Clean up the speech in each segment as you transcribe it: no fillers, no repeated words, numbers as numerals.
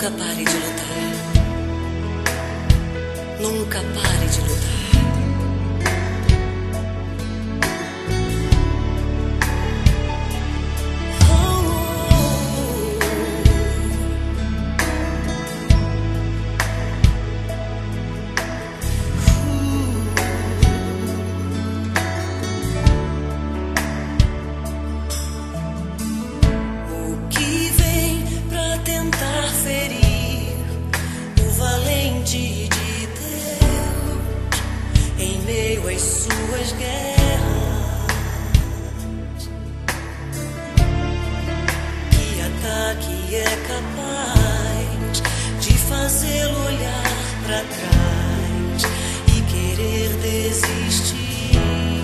Nunca pare de lutar. Nunca pare de lutar. As suas guerras, que ataque é capaz de fazê-lo olhar para trás e querer desistir.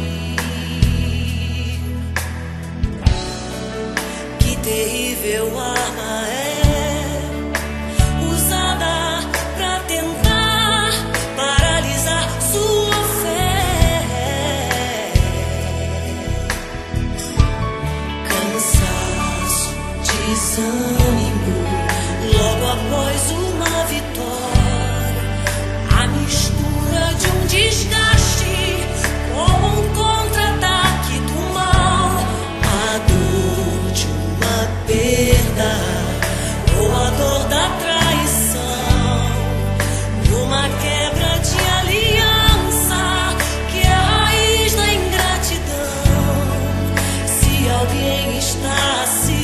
Que terrível arma é usada para tentar paralisar sua desânimo logo após uma vitória, a mistura de um desgaste com um contra-ataque do mal, a dor de uma perda ou a dor da traição, numa quebra de aliança que é a raiz da ingratidão. Se alguém está assim,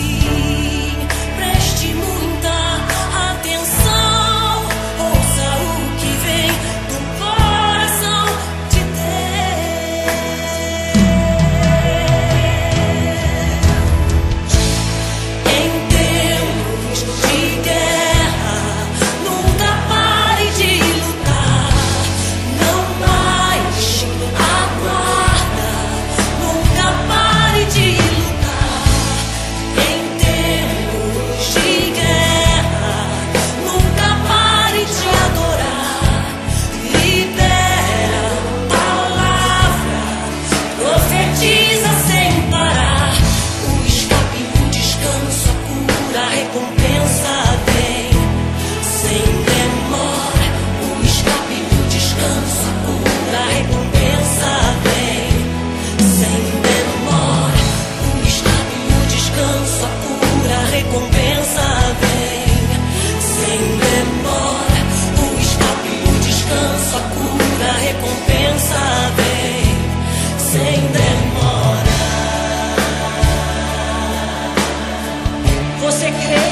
você crê?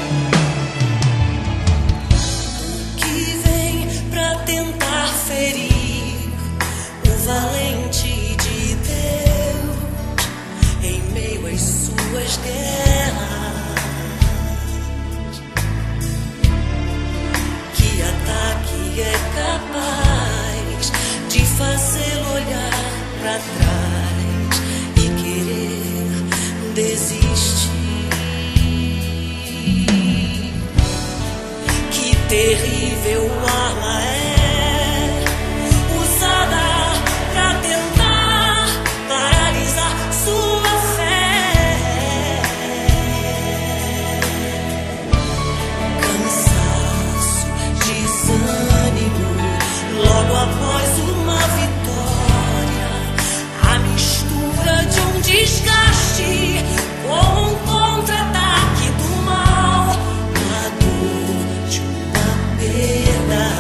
O que vem pra tentar ferir o valente de Deus em meio às suas guerras? Que ataque é capaz de fazê-lo olhar pra trás e querer desistir? Terrível arma é usada pra tentar paralisar sua fé. Cansaço, desânimo, logo após uma vitória, a mistura de um desgaste com um contra-ataque do mal, a dor de uma perda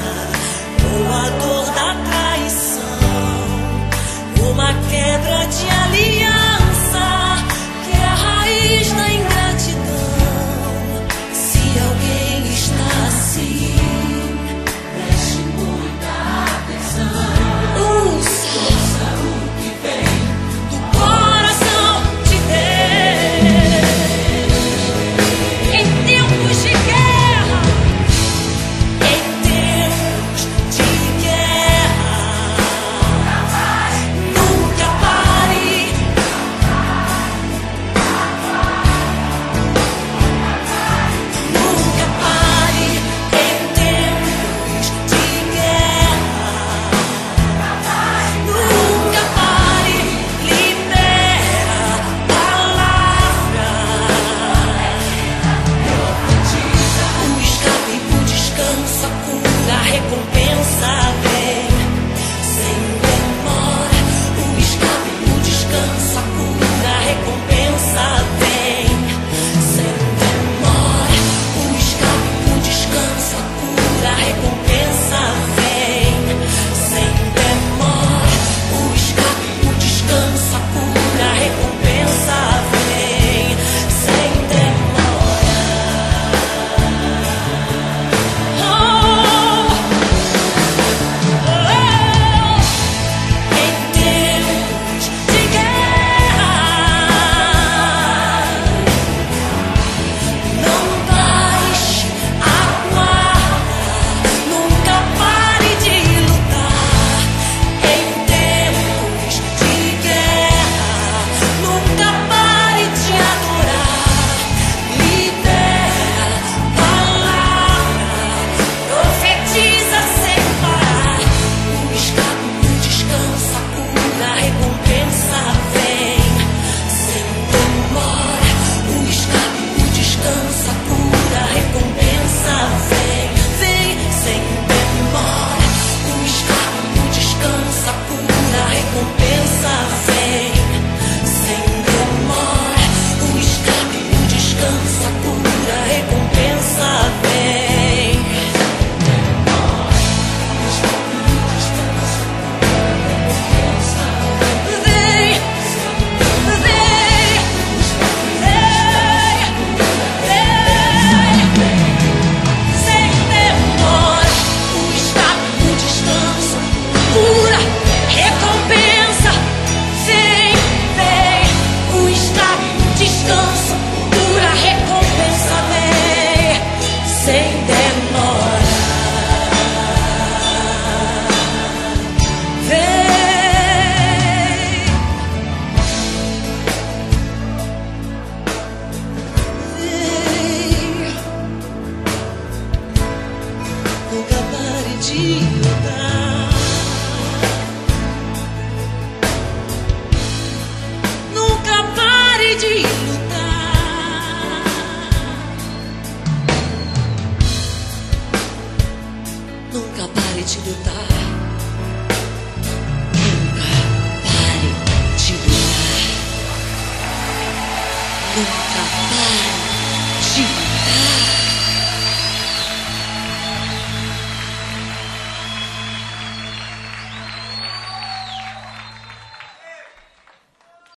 Lua.